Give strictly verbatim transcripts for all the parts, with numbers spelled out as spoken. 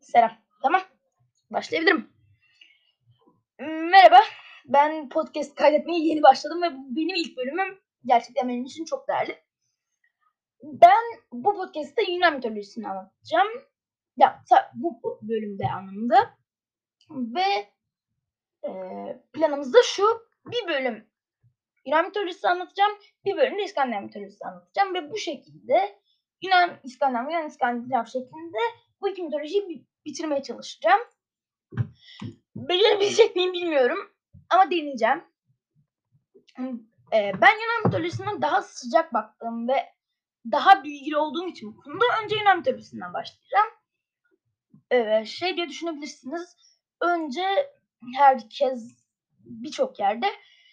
Selam. Tamam. Başlayabilirim. Merhaba. Ben podcast kaydetmeye yeni başladım ve bu benim ilk bölümüm. Gerçekten benim için çok değerli. Ben bu podcast'te Yunan mitolojisini anlatacağım. Ya bu bölümde anlamında. Ve e, planımız da şu. Bir bölüm Yunan mitolojisi anlatacağım. Bir bölüm de İskandinav mitolojisi anlatacağım. Ve bu şekilde Yunan, İskandinav, Yunan, İskandinav şeklinde bu iki mitolojiyi bitirmeye çalışacağım. Becerebilecek miyim bilmiyorum. Ama deneyeceğim. Ee, ben Yunan mitolojisine daha sıcak baktığım ve daha bilgili olduğum için bu konuda önce Yunan mitolojisinden başlayacağım. Ee, şey diye düşünebilirsiniz. Önce herkes birçok yerde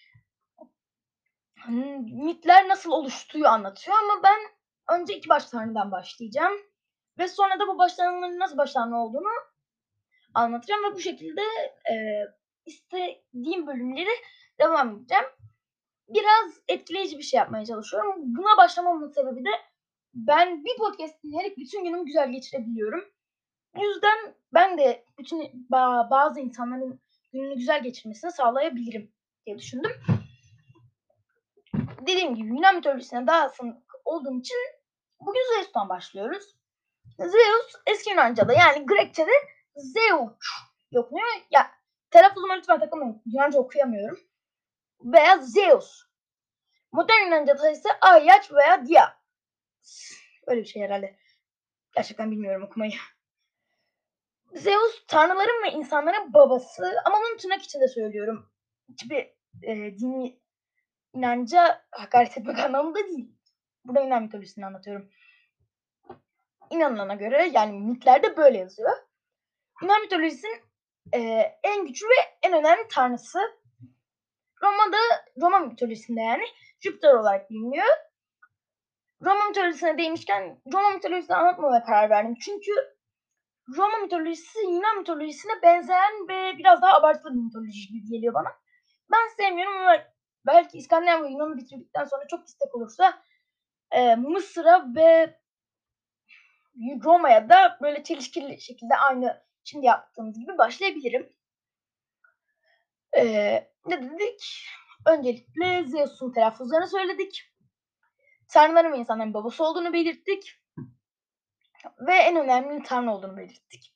mitler nasıl oluştuğu anlatıyor ama ben önce iki baş tanrıdan başlayacağım. Ve sonra da bu baş tanrıların nasıl baş tanrı olduğunu anlatacağım ve bu şekilde e, istediğim bölümleri devam edeceğim. Biraz etkileyici bir şey yapmaya çalışıyorum. Buna başlamamın sebebi de ben bir podcast dinleyerek bütün günümü güzel geçirebiliyorum. Bu yüzden ben de bütün bazı insanların gününü güzel geçirmesini sağlayabilirim diye düşündüm. Dediğim gibi Yunan mitolojisine daha sınık olduğum için bugün Zeus'tan başlıyoruz. Zeus eski Yunanca'da yani Grekçe'de Zeus okunuyor. Ya telaffuzuma lütfen takılmayın. Yunanca okuyamıyorum. Veya Zeus. Modern Yunanca'da ise Ayyaç veya Dia. Öyle bir şey herhalde. Gerçekten bilmiyorum okumayı. Zeus tanrıların ve insanların babası ama bunu tırnak içinde söylüyorum. Hiçbir e, dini inanca hakaret etmek anlamında değil. Burada Yunan mitolojisini anlatıyorum. İnanılana göre yani mitlerde böyle yazıyor. Yunan mitolojisinin e, en güçlü ve en önemli tanrısı. Roma'da, Roma mitolojisinde yani Jüpiter olarak biliniyor. Roma mitolojisine değmişken Roma mitolojisini anlatmamaya karar verdim. Çünkü Roma mitolojisi Yunan mitolojisine benzeyen ve biraz daha abartılı bir mitoloji gibi geliyor bana. Ben sevmiyorum ama belki İskandinav ve Yunan'ı bitirdikten sonra çok istek olursa e, Mısır'a ve Roma'ya da böyle çelişkili şekilde aynı şimdi yaptığımız gibi başlayabilirim. E, ne dedik? Öncelikle Zeus'un telaffuzlarını söyledik. Tanrıların ve insanların babası olduğunu belirttik. Ve en önemli tanrı olduğunu belirttik.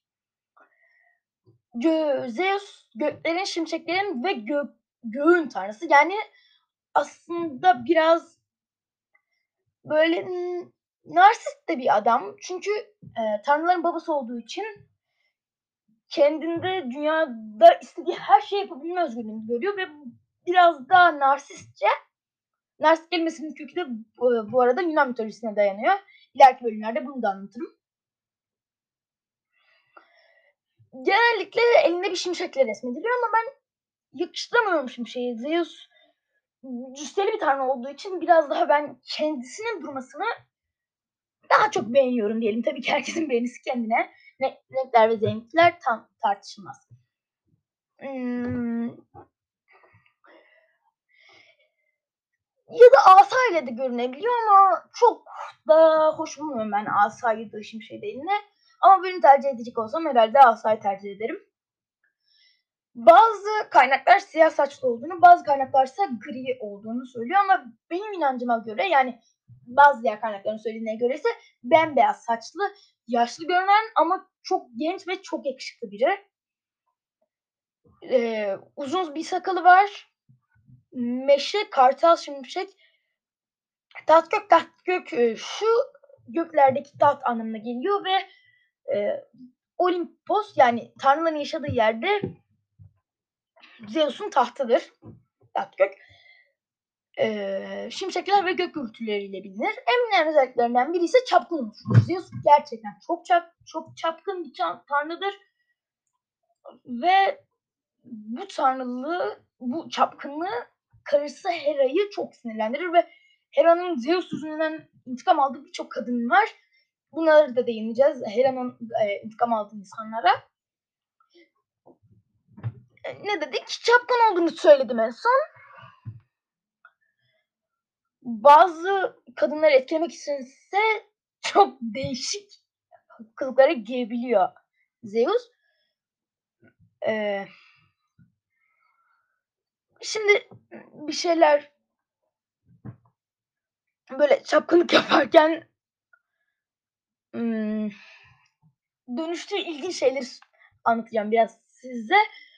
Gö Zeus göklerin, şimşeklerin ve gö göğün tanrısı. Yani aslında biraz böyle narsist de bir adam. Çünkü e, tanrıların babası olduğu için kendinde dünyada istediği her şeyi yapabilme özgürlüğünü görüyor ve biraz daha narsistçe. Narsist kelimesinin kökü de bu, bu arada Yunan mitolojisine dayanıyor. İleriki bölümlerde bunu da anlatırım. Genellikle elinde bir şimşekle resmediliyor ama ben yakıştıramıyorum şimşeği. Zeus cüsseli bir tanrı olduğu için biraz daha ben kendisinin durmasını daha çok beğeniyorum diyelim. Tabii ki herkesin beğenisi kendine. Renkler ve zevkler tam tartışılmaz. Hmm. Ya da asa ile de görünebiliyor ama çok da hoş bulmuyorum ben asayı da şimşeği eline. Ama birini tercih edecek olsam herhalde asayı tercih ederim. Bazı kaynaklar siyah saçlı olduğunu, bazı kaynaklar ise gri olduğunu söylüyor ama benim inancıma göre yani bazı diğer kaynakların söylediğine göre ise bembeyaz saçlı, yaşlı görünen ama çok genç ve çok yakışıklı biri. Ee, uzun bir sakalı var. Meşe, kartal, şimşek, taht gök, taht gök şu göklerdeki taht anlamına geliyor ve e, Olimpos yani tanrıların yaşadığı yerde Zeus'un tahtıdır. Taht gök. Ee, şimşekler ve gök gürültüleriyle bilinir. En önemli özelliklerinden biri ise çapkın oluşudur. Zeus gerçekten çok çap, çok çapkın bir tanrıdır ve bu tanrılığı, bu çapkınlığı karısı Hera'yı çok sinirlendirir ve Hera'nın Zeus yüzünden intikam aldığı birçok kadın var. Bunları da değineceğiz. Hera'nın e, intikam aldığı insanlara. E, ne dedik? Çapkın olduğunu söyledim en son. Bazı kadınları etkilemek istense çok değişik kılıklara giyebiliyor. Zeus. Eee Şimdi bir şeyler böyle çapkınlık yaparken ımm, dönüştüğü ilginç şeyleri s anlatacağım biraz size.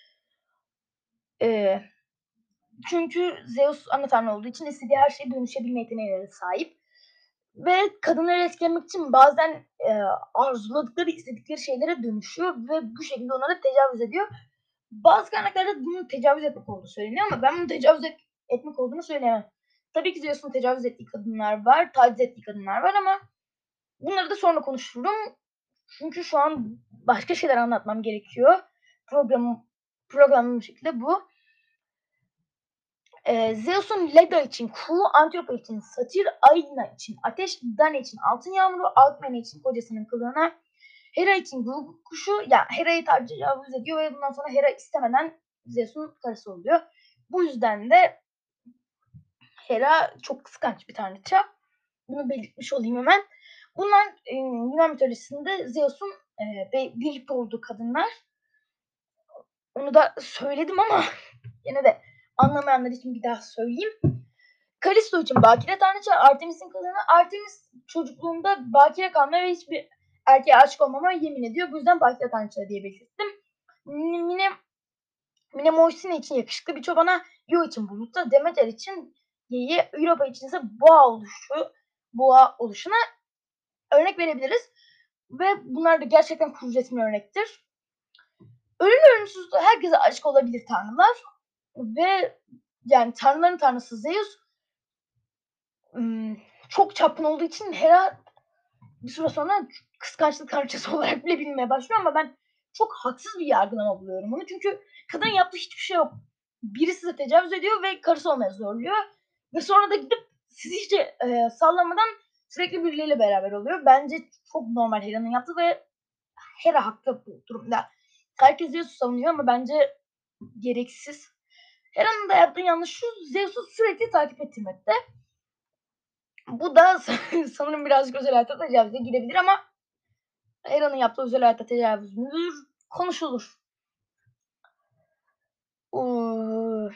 Eee, çünkü Zeus ana tanrı olduğu için istediği her şeye dönüşebilme yeteneğine sahip ve kadınları etkilemek için bazen, eee, arzuladıkları, istedikleri şeylere dönüşüyor ve bu şekilde onlara tecavüz ediyor. Bazı kaynaklarda bunun tecavüz etmek olduğu söyleniyor ama ben bunun tecavüz et etmek olduğunu söyleyemem. Tabii ki Zeus'un tecavüz ettiği kadınlar var, taciz ettiği kadınlar var ama bunları da sonra konuşurum. Çünkü şu an başka şeyler anlatmam gerekiyor. Programım programım bu şekilde bu. Eee, Zeus'un Leda için Ku, Antiope için Satir, Aigna için Ateş, Dana için Altın Yağmuru, Alkmene için kocasının kılığına, Hera için Guguk kuşu, ya Hera'yı tecavüz ediyor ve bundan sonra Hera istemeden Zeus'un karısı oluyor. Bu yüzden de Hera çok kıskanç bir tanrıça. Bunu belirtmiş olayım hemen. Bunlar eee, Yunan mitolojisinde Zeus'un eee, be birlikte olduğu kadınlar. Onu da söyledim ama yine de anlamayanlar için bir daha söyleyeyim. Kalisto için bakire tanrıça, Artemis'in kılığına. Artemis çocukluğunda bakire kalmaya ve hiçbir erkeğe aşık olmamaya yemin ediyor. Bu yüzden bakire tanrıça diye belirttim. Mine Mine Moisine için yakışıklı bir çobana, Io için bulutta, Demeter için geyiğe, Europa için ise boğa oluşu, boğa oluşuna örnek verebiliriz. Ve bunlar da gerçekten kurucu resmi örnektir. Ölümlü ölümsüz herkese aşık olabilir tanrılar ve yani tanrıların tanrısı Zeus ım, çok çapkın olduğu için Hera bir süre sonra kıskançlık tanrıçası olarak bile bilinmeye başlıyor ama ben çok haksız bir yargılama buluyorum onu. Çünkü kadın yaptığı hiçbir şey yok. Biri size tecavüz ediyor ve karısı olmaya zorluyor. Ve sonra da gidip sizi hiç e, sallamadan sürekli birileriyle beraber oluyor. Bence çok normal Hera'nın yaptığı ve Hera haklı bu durumda. Herkes Zeus'u savunuyor ama bence gereksiz. Hera'nın da yaptığı yanlış şu, Zeus'u sürekli takip ettirmekte. Bu da sanırım birazcık özel hayata tecavüze girebilir ama Hera'nın yaptığı özel hayata tecavüz müdür? Konuşulur. Uuu.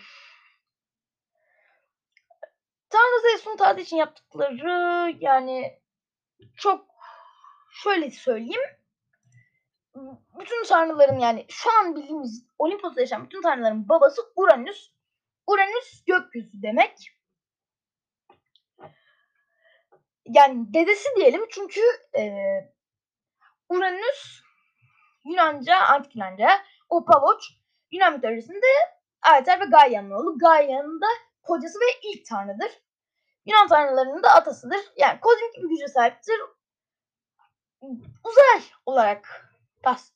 Tanrı Zeus'un tahtı için yaptıkları yani çok şöyle söyleyeyim. Bütün tanrıların yani şu an bildiğimiz Olimpos'ta yaşayan bütün tanrıların babası Uranüs. Uranüs gökyüzü demek. Yani dedesi diyelim çünkü e, Uranüs Yunanca, Antik Yunanca, Opavoç, Yunan mitolojisinde Alter ve Gaia'nın oğlu. Gaia'nın da kocası ve ilk tanrıdır. Yunan tanrılarının da atasıdır. Yani kozmik bir güce sahiptir. Uzay olarak tas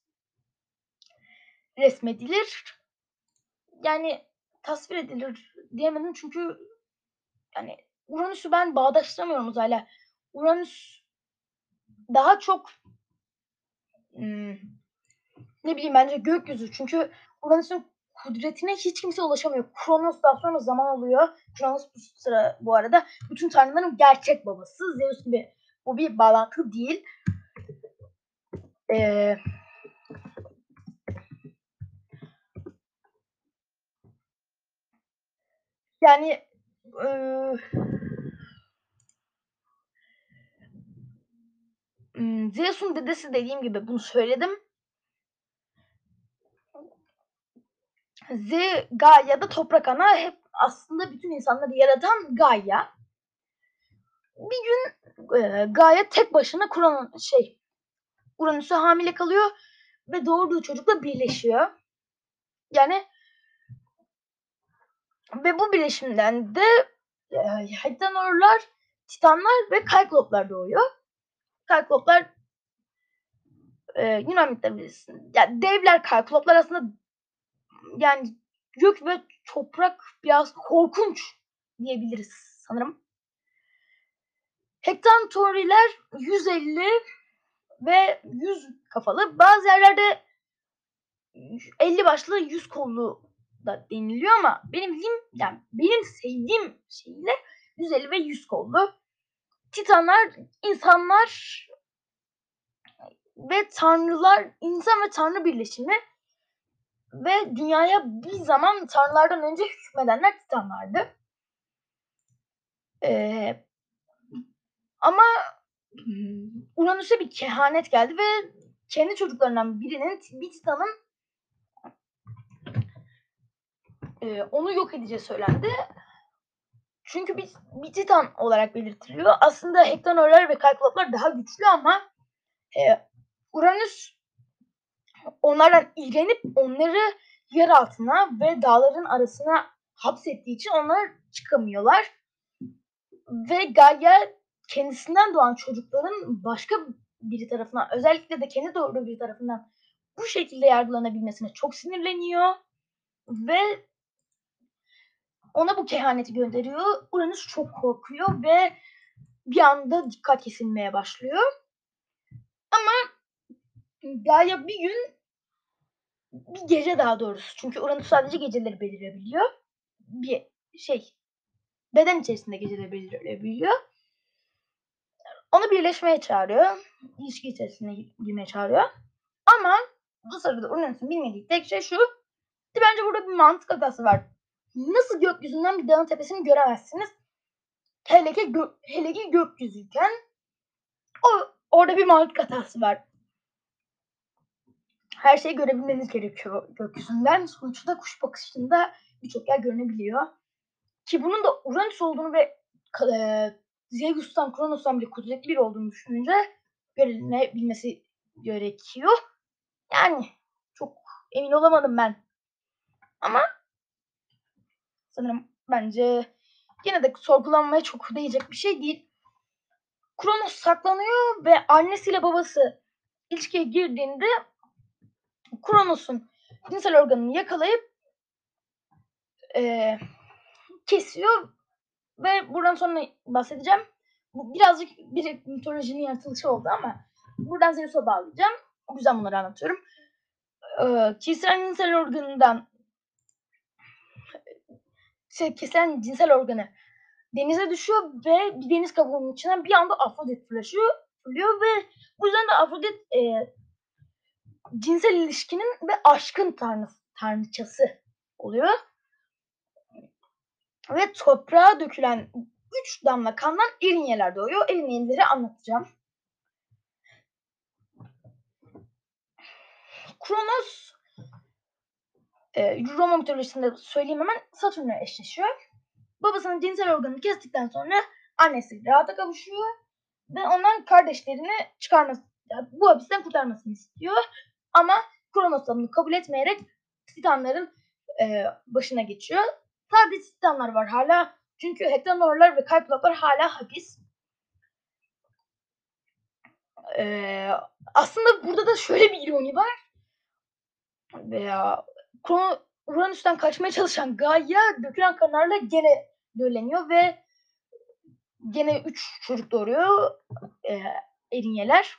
resmedilir. Yani tasvir edilir diyemedim çünkü yani Uranüs'ü ben bağdaştıramıyorum uzayla. Uranüs daha çok hmm, ne bileyim bence gökyüzü. Çünkü Uranüs'ün kudretine hiç kimse ulaşamıyor. Kronos'tan sonra zaman oluyor. Kronos bu sıra bu arada bütün tanrıların gerçek babası. Zeus gibi bu bir bağlantı değil. Ee, yani ee, Zeus'un dedesi dediğim gibi bunu söyledim. Z, Gaia da toprak ana hep aslında bütün insanları yaratan Gaia. Bir gün e, Gaia tek başına Kuran şey Uranüs'e hamile kalıyor ve doğurduğu çocukla birleşiyor. Yani ve bu birleşimden de e, Hektanorlar, Titanlar ve Kykloplar doğuyor. Kykloplar e, Yunan mitolojisinde yani devler Kykloplar aslında yani gök ve toprak biraz korkunç diyebiliriz sanırım. Hektantoriler yüz elli ve yüz kafalı. Bazı yerlerde elli başlı yüz kollu da deniliyor ama benim bildiğim yani benim sevdiğim şeyle yüz elli ve yüz kollu. Titanlar insanlar ve tanrılar, insan ve tanrı birleşimi ve dünyaya bir zaman tanrılardan önce hükmedenler titanlardı. Eee, ama Uranüs'e bir kehanet geldi ve kendi çocuklarından birinin, bir titanın e, onu yok edeceği söylendi. Çünkü bir, bir titan olarak belirtiliyor. Aslında hektanorlar ve kalkuloplar daha güçlü ama e, Uranüs onlardan iğrenip onları yer altına ve dağların arasına hapsettiği için onlar çıkamıyorlar. Ve Gaia kendisinden doğan çocukların başka biri tarafından, özellikle de kendi doğurduğu biri tarafından bu şekilde yargılanabilmesine çok sinirleniyor ve ona bu kehaneti gönderiyor. Uranüs çok korkuyor ve bir anda dikkat kesilmeye başlıyor. Ama Gaia bir gün, bir gece daha doğrusu, çünkü Uranüs sadece geceleri belirebiliyor. Bir şey, beden içerisinde geceleri belirebiliyor. Onu birleşmeye çağırıyor. İlişki içerisine girmeye çağırıyor. Ama bu sırada Uranüs'ün bilmediği tek şey şu. Bence burada bir mantık hatası var. Nasıl gökyüzünden bir dağın tepesini göremezsiniz? Hele ki, gö- hele ki gökyüzüyken o, orada bir mantık hatası var. Her şeyi görebilmeniz gerekiyor gökyüzünden. Sonuçta kuş bakışında birçok yer görünebiliyor. Ki bunun da Uranüs olduğunu ve e, Zeus'tan, Kronos'tan bile kudretli bir olduğunu düşününce görülebilmesi gerekiyor. Yani çok emin olamadım ben. Ama sanırım bence yine de sorgulanmaya çok değecek bir şey değil. Kronos saklanıyor ve annesiyle babası ilişkiye girdiğinde Kronos'un cinsel organını yakalayıp e, kesiyor ve buradan sonra bahsedeceğim. Bu birazcık bir mitolojinin yaratılışı oldu ama buradan Zeus'a bağlayacağım. O yüzden bunları anlatıyorum. Ee, kesilen cinsel organından şey, kesilen cinsel organı denize düşüyor ve bir deniz kabuğunun içinden bir anda Afrodit fırlaşıyor, fırlıyor ve bu yüzden de Afrodit e, cinsel ilişkinin ve aşkın tanrısı, tanrıçası oluyor. Ve toprağa dökülen üç damla kandan Erinyeler doğuyor. Erinyeleri anlatacağım. Kronos e, Roma mitolojisinde söyleyeyim hemen, Satürn'le eşleşiyor. Babasının cinsel organını kestikten sonra annesi rahata kavuşuyor ve ondan kardeşlerini çıkarması, yani bu hapisten kurtarmasını istiyor. Ama Kronos da bunu kabul etmeyerek Titanların e, başına geçiyor. Sadece Titanlar var hala. Çünkü Hektanorlar ve Kalkuloplar hala hapis. Ee, aslında burada da şöyle bir ironi var. Veya Uranüs'ten kaçmaya çalışan Gaia dökülen kanlarla gene dölleniyor ve gene üç çocuk doğuruyor e, Erinyeler.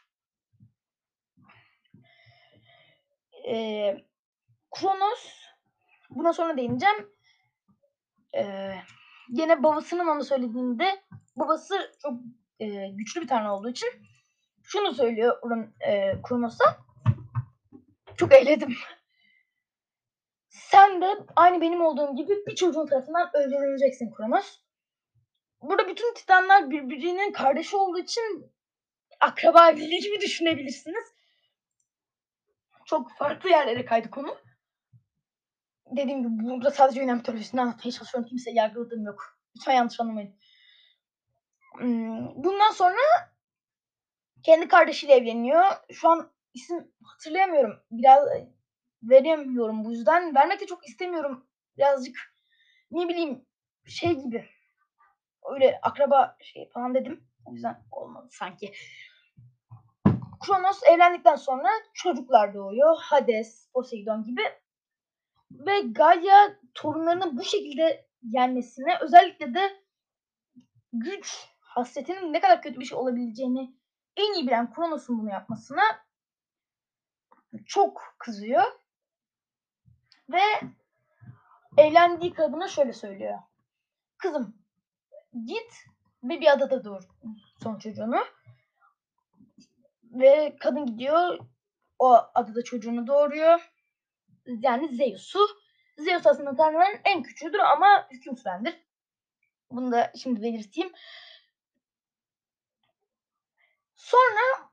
E, Kronos, buna sonra değineceğim. E, gene babasının onu söylediğinde, babası çok e, güçlü bir tanrı olduğu için şunu söylüyor Uran, e, Kronos'a. Çok eğledim. Sen de aynı benim olduğum gibi bir çocuğun tarafından öldürüleceksin Kronos. Burada bütün titanlar birbirinin kardeşi olduğu için akraba evliliği gibi düşünebilirsiniz. Çok farklı yerlere kaydı konu. Dediğim gibi burada sadece Yunan mitolojisini anlatmaya çalışıyorum. Kimseyi yargıladığım yok. Lütfen yanlış anlamayın. Bundan sonra kendi kardeşiyle evleniyor. Şu an isim hatırlayamıyorum. Biraz veremiyorum bu yüzden. Vermek de çok istemiyorum. Birazcık ne bileyim şey gibi. Öyle akraba şey falan dedim. O yüzden olmadı sanki. Kronos evlendikten sonra çocuklar doğuyor. Hades, Poseidon gibi. Ve Gaia torunlarının bu şekilde yenmesine, özellikle de güç hasretinin ne kadar kötü bir şey olabileceğini en iyi bilen Kronos'un bunu yapmasına çok kızıyor. Ve evlendiği kadına şöyle söylüyor. Kızım git ve bir adada doğur son çocuğunu. ve kadın gidiyor, o adada çocuğunu doğuruyor. Yani Zeus'u. Zeus aslında tanrıların en küçüğüdür ama hüküm sürendir. Bunu da şimdi belirteyim. Sonra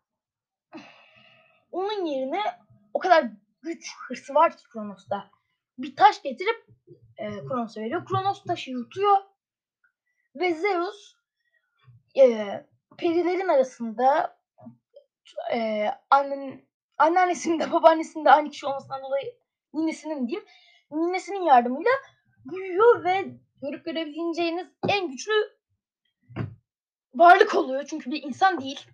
onun yerine o kadar güç hırsı var ki Kronos'ta. Bir taş getirip e, Kronos'a veriyor. Kronos taşı yutuyor ve Zeus e, perilerin arasında e, annen, anneannesinin de babaannesinin de aynı kişi olmasından dolayı ninesinin diyeyim. Ninesinin yardımıyla büyüyor ve görüp görebileceğiniz en güçlü varlık oluyor. Çünkü bir insan değil.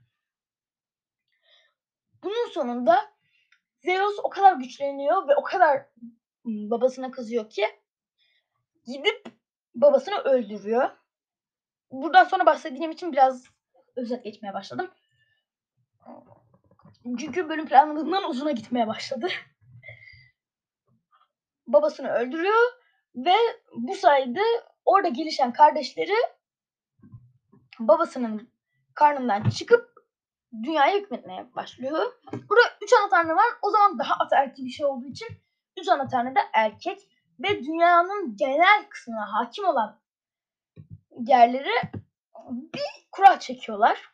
Bunun sonunda Zeus o kadar güçleniyor ve o kadar babasına kızıyor ki gidip babasını öldürüyor. Buradan sonra bahsettiğim için biraz özet geçmeye başladım. Çünkü bölüm planladığımdan uzuna gitmeye başladı. Babasını öldürüyor ve bu sayede orada gelişen kardeşleri babasının karnından çıkıp dünyaya hükmetmeye başlıyor. Burada üç ana tanrı var. O zaman daha ataerkil bir şey olduğu için üç ana tanrı da erkek ve dünyanın genel kısmına hakim olan yerleri bir kura çekiyorlar.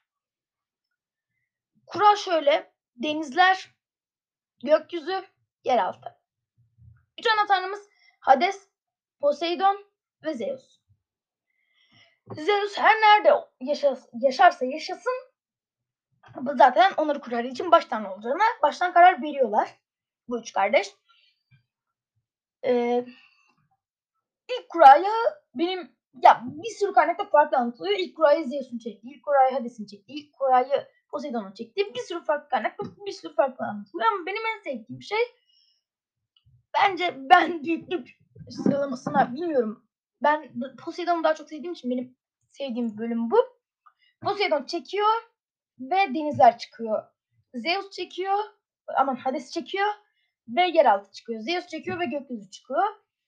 Kura şöyle: denizler, gökyüzü, yeraltı. Üç ana tanrımız Hades, Poseidon ve Zeus. Zeus her nerede yaşas, yaşarsa yaşasın zaten onları kurarı için baş tanrı olacağına baştan karar veriyorlar bu üç kardeş. Ee, ilk kuraya benim ya bir sürü kaynakta farklı anlatılıyor. İlk kurayı Zeus'un çektiği, ilk kurayı Hades'in çektiği, ilk kurayı Poseidon'un çektiği bir sürü farklı kaynakta bir sürü farklı anlatılıyor ama benim en sevdiğim şey bence ben büyüklük sıralamasına bilmiyorum. Ben Poseidon'u daha çok sevdiğim için benim sevdiğim bölüm bu. Poseidon çekiyor ve denizler çıkıyor. Zeus çekiyor, aman Hades çekiyor ve yeraltı çıkıyor. Zeus çekiyor ve gökyüzü çıkıyor.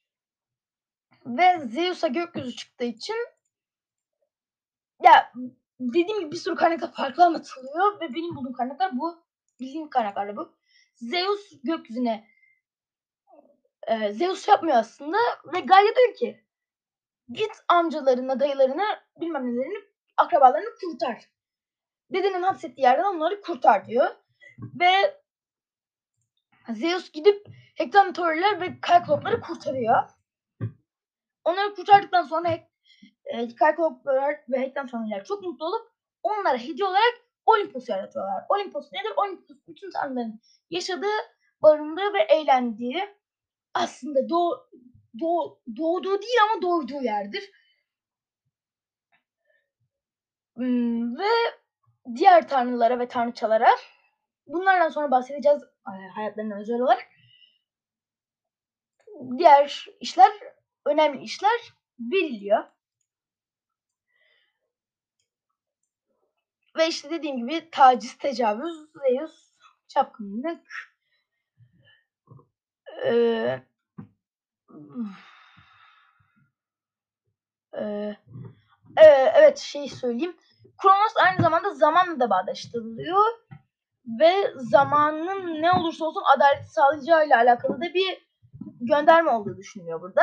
Ve Zeus'a gökyüzü çıktığı için ya dediğim gibi bir sürü kaynakta farklı anlatılıyor ve benim bulduğum kaynaklar bu. Bildiğim kaynaklar bu. Zeus gökyüzüne e, Zeus yapmıyor aslında ve Gaia diyor ki git amcalarına, dayılarına, bilmem nelerini, akrabalarını kurtar. Dedenin hapsettiği yerden onları kurtar diyor. Ve Zeus gidip Hektantorlar ve Kyklopları kurtarıyor. Onları kurtardıktan sonra e, Kykloplar ve Hektantorlar çok mutlu olup onlara hediye olarak Olympus'u yaratıyorlar. Olympus nedir? Olympus bütün tanrıların yaşadığı, barındığı ve eğlendiği, aslında doğ, doğ, doğduğu değil ama doğduğu yerdir. Hmm, ve diğer tanrılara ve tanrıçalara bunlardan sonra bahsedeceğiz hayatlarından özel olarak. Diğer işler, önemli işler veriliyor. Ve işte dediğim gibi taciz, tecavüz, Zeus, çapkınlık, ee, ee, evet şey söyleyeyim. Kronos aynı zamanda zamanla da bağdaştırılıyor ve zamanın ne olursa olsun adaleti sağlayacağıyla alakalı da bir gönderme olduğu düşünülüyor burada.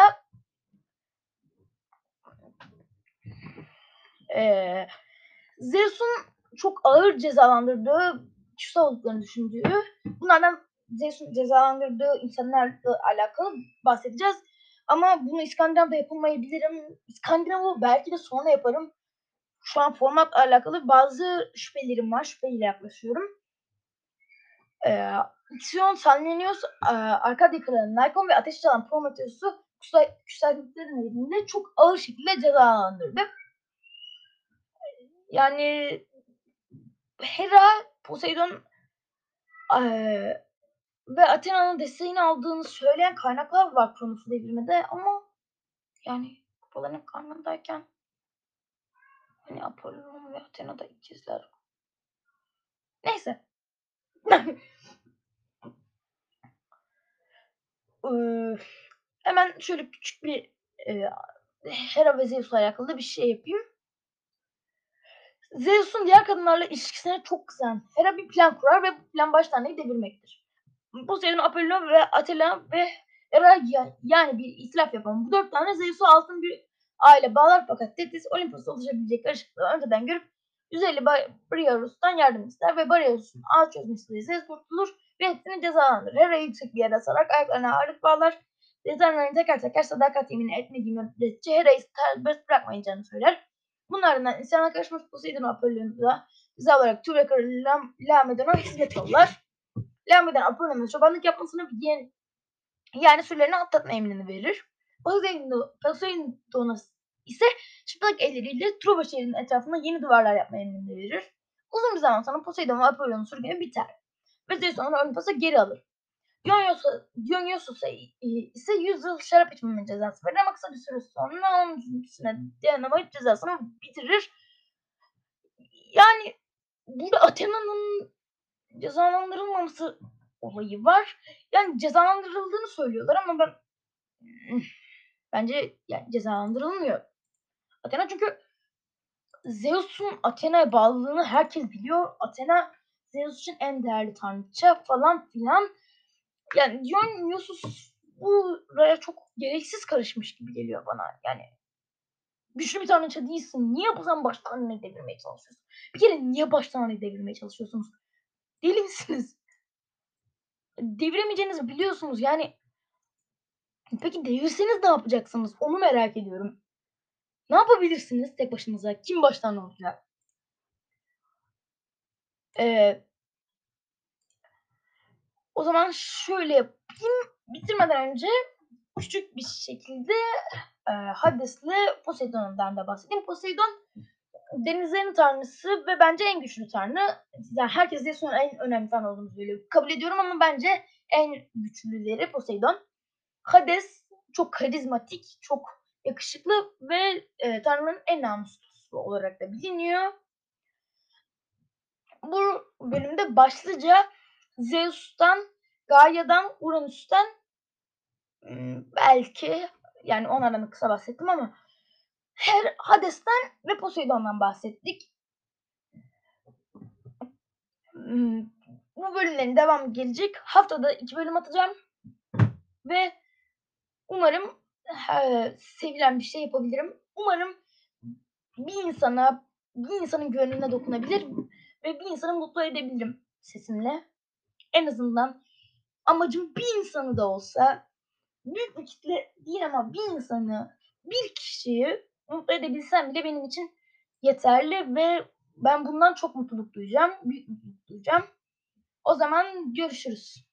Ee, Zeus'un çok ağır cezalandırdığı kişisel olduklarını düşündüğü, bunlardan Zeus'un cezalandırdığı insanlarla alakalı bahsedeceğiz. Ama bunu İskandinav'da yapılmayabilirim. İskandinav'ı belki de sonra yaparım. Şu an formatla alakalı bazı şüphelerim var. Şüpheyle yaklaşıyorum. Ee, Ixion, Salminius, Arkadya Kralı Nikon ve Ateş Çalan Prometheus'u küçüklerinin elinde çok ağır şekilde cezalandırdı. Yani Hera, Poseidon ee, ve Athena'nın desteğini aldığını söyleyen kaynaklar var Kronos'u devirmede ama yani kupaların karnındayken hani Apollon ve Athena'da ikizler. Neyse. ee, hemen şöyle küçük bir e, Hera ve Zeus'la alakalı bir şey yapayım. Zeus'un diğer kadınlarla ilişkisine çok kızan Hera bir plan kurar ve bu plan baş tanrıyı devirmektir. Poseidon, Apollon ve Athena ve Hera ya yani bir itilaf yapan bu dört tane Zeus'u altın bir aile bağlar fakat Thetis Olimpos'ta oluşabilecek karışıklığı önceden görüp güzeli Ba Briareus'tan yardım ister ve Briareus'un ağ çözmesiyle Zeus kurtulur ve hepsini cezalandırır. Hera'yı yüksek bir yere asarak ayaklarına ağırlık bağlar. Tanrıların teker teker sadakat yemini etmediği müddetçe Hera'yı serbest bırakmayacağını söyler. Bunun ardından isyana karışmış Poseidon Apollon'u da ceza olarak Tübre kralı Lam Lamedon'a hizmet yollar. Lamedon Apollon'un çobanlık yapmasını yani, yani sürülerini atlatma emrini verir. Poseidon, Poseidon'a ise çıplak elleriyle Truva şehrinin etrafında yeni duvarlar yapma emrini verir. Uzun bir zaman sonra Poseidon ve Apollon'un sürgünü biter ve Zeus onu Olimpos'a geri alır. Dionysos'a ise yüz yıl şarap içmeme cezası verir ama kısa bir süre sonra onun üstüne dayanamayıp cezasını bitirir. Yani burada Athena'nın cezalandırılmaması olayı var. Yani cezalandırıldığını söylüyorlar ama ben bence yani cezalandırılmıyor. Athena çünkü Zeus'un Athena'ya bağlılığını herkes biliyor. Athena Zeus için en değerli tanrıça falan filan. Yani Dionysus buraya çok gereksiz karışmış gibi geliyor bana. Yani güçlü bir tanrıça değilsin. Niye bu zaman baş tanrıyı devirmeye çalışıyorsun? Bir kere niye baş tanrıyı devirmeye çalışıyorsunuz? Deli misiniz? Deviremeyeceğinizi biliyorsunuz. Yani peki devirseniz ne yapacaksınız? Onu merak ediyorum. Ne yapabilirsiniz tek başınıza? Kim baş tanrı olacak? Eee O zaman şöyle yapayım. Bitirmeden önce küçük bir şekilde eee Hades'le Poseidon'dan da bahsedeyim. Poseidon denizlerin tanrısı ve bence en güçlü tanrı. Yani herkes Zeus'un en önemli tanrı olduğunu söylüyor. Kabul ediyorum ama bence en güçlüleri Poseidon. Hades çok karizmatik, çok yakışıklı ve e, tanrıların en namuslusu olarak da biliniyor. Bu bölümde başlıca Zeus'tan, Gaia'dan, Uranüs'ten belki yani onlardan kısa bahsettim ama her Hades'ten ve Poseidon'dan bahsettik. Bu bölümlerin devamı gelecek. Haftada iki bölüm atacağım. Ve umarım he, sevilen bir şey yapabilirim. Umarım bir insana, bir insanın gönlüne dokunabilir ve bir insanı mutlu edebilirim sesimle. En azından amacım bir insanı da olsa, büyük bir kitle değil ama bir insanı, bir kişiyi mutlu edebilsem bile benim için yeterli ve ben bundan çok mutluluk duyacağım, büyük mutluluk duyacağım. O zaman görüşürüz.